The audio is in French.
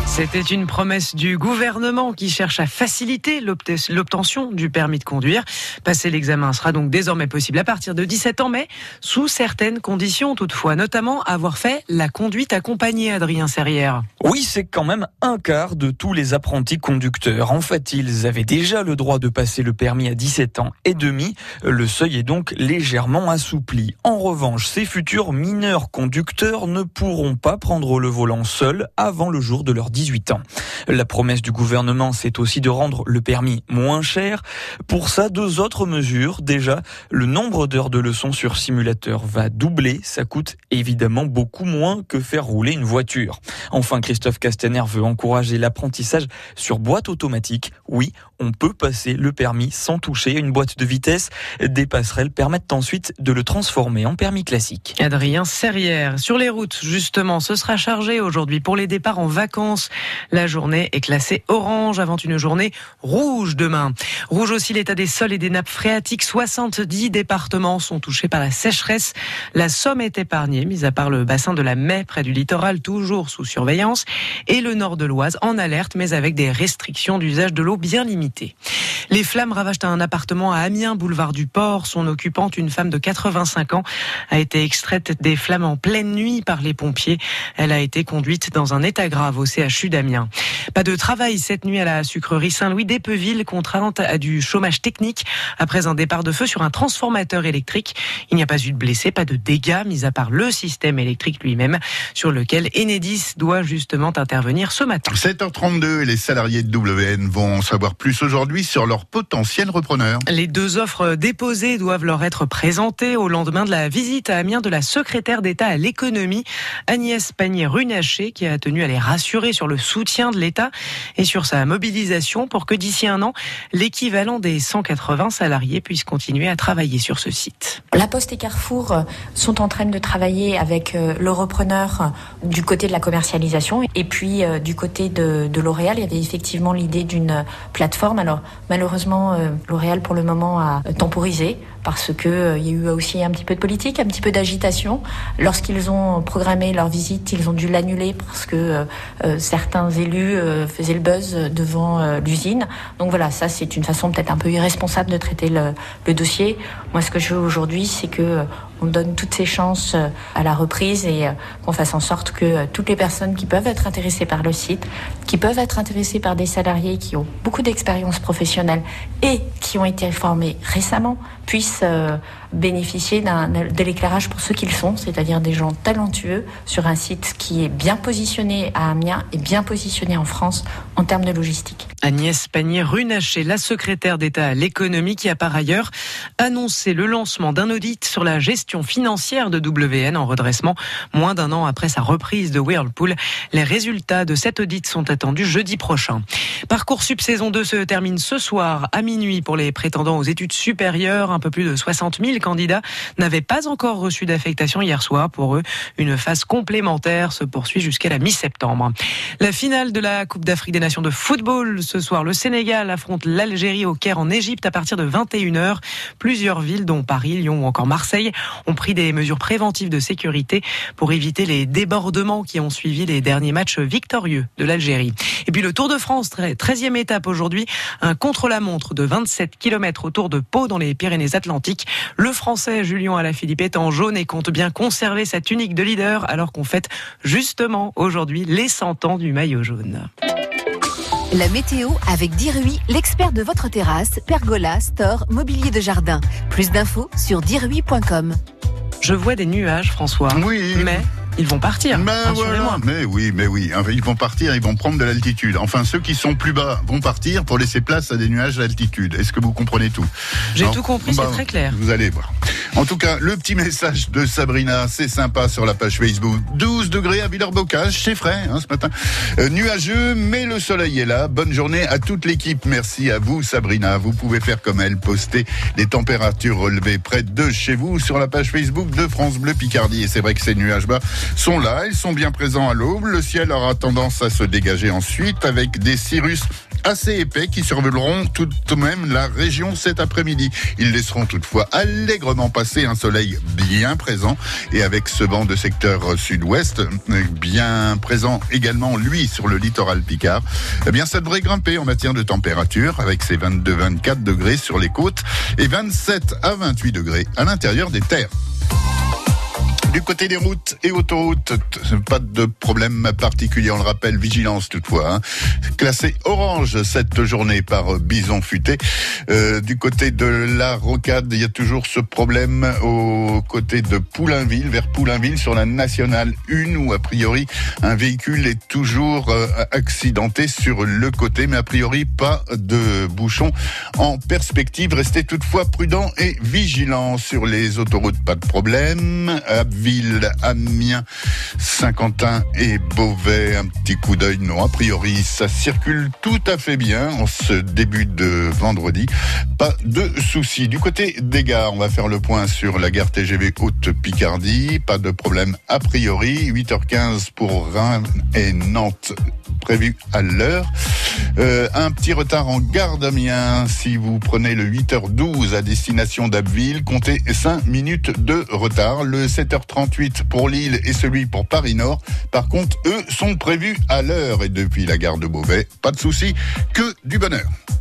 C'était une promesse du gouvernement qui cherche à faciliter l'obtention du permis de conduire. Passer l'examen sera donc désormais possible à partir de 17 ans, mais sous certaines conditions toutefois, notamment avoir fait la conduite accompagnée, Adrien Serrière. Oui, c'est quand même un quart de tous les apprentis conducteurs. En fait, ils avaient déjà le droit de passer le permis à 17 ans et demi. Le seuil est donc légèrement assoupli. En revanche, ces futurs mineurs conducteurs ne pourront pas prendre le volant seuls avant le jour de leurs 18 ans. La promesse du gouvernement, c'est aussi de rendre le permis moins cher. Pour ça, deux autres mesures. Déjà, le nombre d'heures de leçons sur simulateur va doubler. Ça coûte évidemment beaucoup moins que faire rouler une voiture. Enfin, Christophe Castaner veut encourager l'apprentissage sur boîte automatique. Oui, on peut passer le permis sans toucher une boîte de vitesse. Des passerelles permettent ensuite de le transformer en permis classique. Adrien Serrière. Sur les routes, justement, ce sera chargé aujourd'hui pour les départs en vacances. La journée est classée orange avant une journée rouge demain. Rouge aussi l'état des sols et des nappes phréatiques. 70 départements sont touchés par la sécheresse. La Somme est épargnée, mis à part le bassin de la Mai près du littoral, toujours sous surveillance, et le nord de l'Oise en alerte, mais avec des restrictions d'usage de l'eau bien limitées. Les flammes ravagent un appartement à Amiens, boulevard du Port. Son occupante, une femme de 85 ans, a été extraite des flammes en pleine nuit par les pompiers. Elle a été conduite dans un état grave au CHU d'Amiens. Pas de travail cette nuit à la sucrerie Saint-Louis d'Epeville, contrainte à du chômage technique après un départ de feu sur un transformateur électrique. Il n'y a pas eu de blessés, pas de dégâts, mis à part le système électrique lui-même, sur lequel Enedis doit justement intervenir ce matin. 7h32 et les salariés de WN vont en savoir plus aujourd'hui sur leur potentiel repreneur. Les deux offres déposées doivent leur être présentées au lendemain de la visite à Amiens de la secrétaire d'État à l'économie, Agnès Pannier-Runacher, qui a tenu à les rassurer sur le soutien de l'État et sur sa mobilisation pour que d'ici un an, l'équivalent des 180 salariés puisse continuer à travailler sur ce site. La Poste et Carrefour sont en train de travailler avec le repreneur du côté de la commercialisation et puis du côté de L'Oréal, il y avait effectivement l'idée d'une plateforme. Alors malheureusement, L'Oréal pour le moment a temporisé parce que il y a eu aussi un petit peu de politique, un petit peu d'agitation. Lorsqu'ils ont programmé leur visite, ils ont dû l'annuler parce que certains élus faisaient le buzz devant l'usine. Donc voilà, ça c'est une façon peut-être un peu irresponsable de traiter le dossier. Moi, ce que je veux aujourd'hui, c'est que on donne toutes ses chances à la reprise et qu'on fasse en sorte que toutes les personnes qui peuvent être intéressées par le site, qui peuvent être intéressées par des salariés qui ont beaucoup d'expérience professionnelle et qui ont été formés récemment, puissent bénéficier de l'éclairage pour ceux qu'ils sont, c'est-à-dire des gens talentueux sur un site qui est bien positionné à Amiens et bien positionné en France en termes de logistique. Agnès Pannier-Runacher, la secrétaire d'État à l'économie, qui a par ailleurs annoncé le lancement d'un audit sur la gestion financière de WN en redressement moins d'un an après sa reprise de Whirlpool. Les résultats de cet audit sont attendus jeudi prochain. Parcoursup saison 2 se termine ce soir à minuit pour les prétendants aux études supérieures. Un peu plus de 60 000 candidats n'avaient pas encore reçu d'affectation hier soir. Pour eux, une phase complémentaire se poursuit jusqu'à la mi-septembre. La finale de la Coupe d'Afrique des Nations de football. Ce soir, le Sénégal affronte l'Algérie au Caire en Égypte à partir de 21h. Plusieurs villes, dont Paris, Lyon ou encore Marseille, ont pris des mesures préventives de sécurité pour éviter les débordements qui ont suivi les derniers matchs victorieux de l'Algérie. Et puis le Tour de France, 13e étape aujourd'hui, un contre-la-montre de 27 km autour de Pau dans les Pyrénées-Atlantiques. Le Français Julien Alaphilippe est en jaune et compte bien conserver sa tunique de leader alors qu'on fête justement aujourd'hui les 100 ans du maillot jaune. La météo avec Dirui, l'expert de votre terrasse, pergola, store, mobilier de jardin. Plus d'infos sur dirui.com. Je vois des nuages, François. Oui. Mais ils vont partir, voilà. Mais oui. Ils vont partir, ils vont prendre de l'altitude. Enfin, ceux qui sont plus bas vont partir pour laisser place à des nuages d'altitude. Est-ce que vous comprenez tout ? J'ai tout compris, c'est très clair. Vous allez voir. En tout cas, le petit message de Sabrina, c'est sympa sur la page Facebook. 12 degrés à Villers-Bocage, c'est frais ce matin. Nuageux, mais le soleil est là. Bonne journée à toute l'équipe. Merci à vous, Sabrina. Vous pouvez faire comme elle, poster les températures relevées près de chez vous sur la page Facebook de France Bleu Picardie. Et c'est vrai que c'est nuage bas. sont là, ils sont bien présents à l'aube. Le ciel aura tendance à se dégager ensuite avec des cirrus assez épais qui survoleront tout de même la région cet après-midi. Ils laisseront toutefois allègrement passer un soleil bien présent et avec ce vent de secteur sud-ouest bien présent également lui sur le littoral picard, eh bien ça devrait grimper en matière de température avec ses 22-24 degrés sur les côtes et 27 à 28 degrés à l'intérieur des terres. Du côté des routes et autoroutes, pas de problème particulier, on le rappelle, vigilance toutefois. Classé orange cette journée par Bison Futé. Du côté de la Rocade, il y a toujours ce problème au côté de Poulainville, vers Poulainville, sur la Nationale 1, où a priori un véhicule est toujours accidenté sur le côté, mais a priori pas de bouchon en perspective. Restez toutefois prudents et vigilants sur les autoroutes, pas de problème. Ville, Amiens, Saint-Quentin et Beauvais, un petit coup d'œil, non, a priori ça circule tout à fait bien en ce début de vendredi, pas de soucis. Du côté des gares, on va faire le point sur la gare TGV Haute-Picardie, pas de problème a priori, 8h15 pour Reims et Nantes prévu à l'heure. Un petit retard en gare d'Amiens, si vous prenez le 8h12 à destination d'Abbeville, comptez 5 minutes de retard. Le 7h38 pour Lille et celui pour Paris-Nord, par contre, eux sont prévus à l'heure. Et depuis la gare de Beauvais, pas de souci, que du bonheur.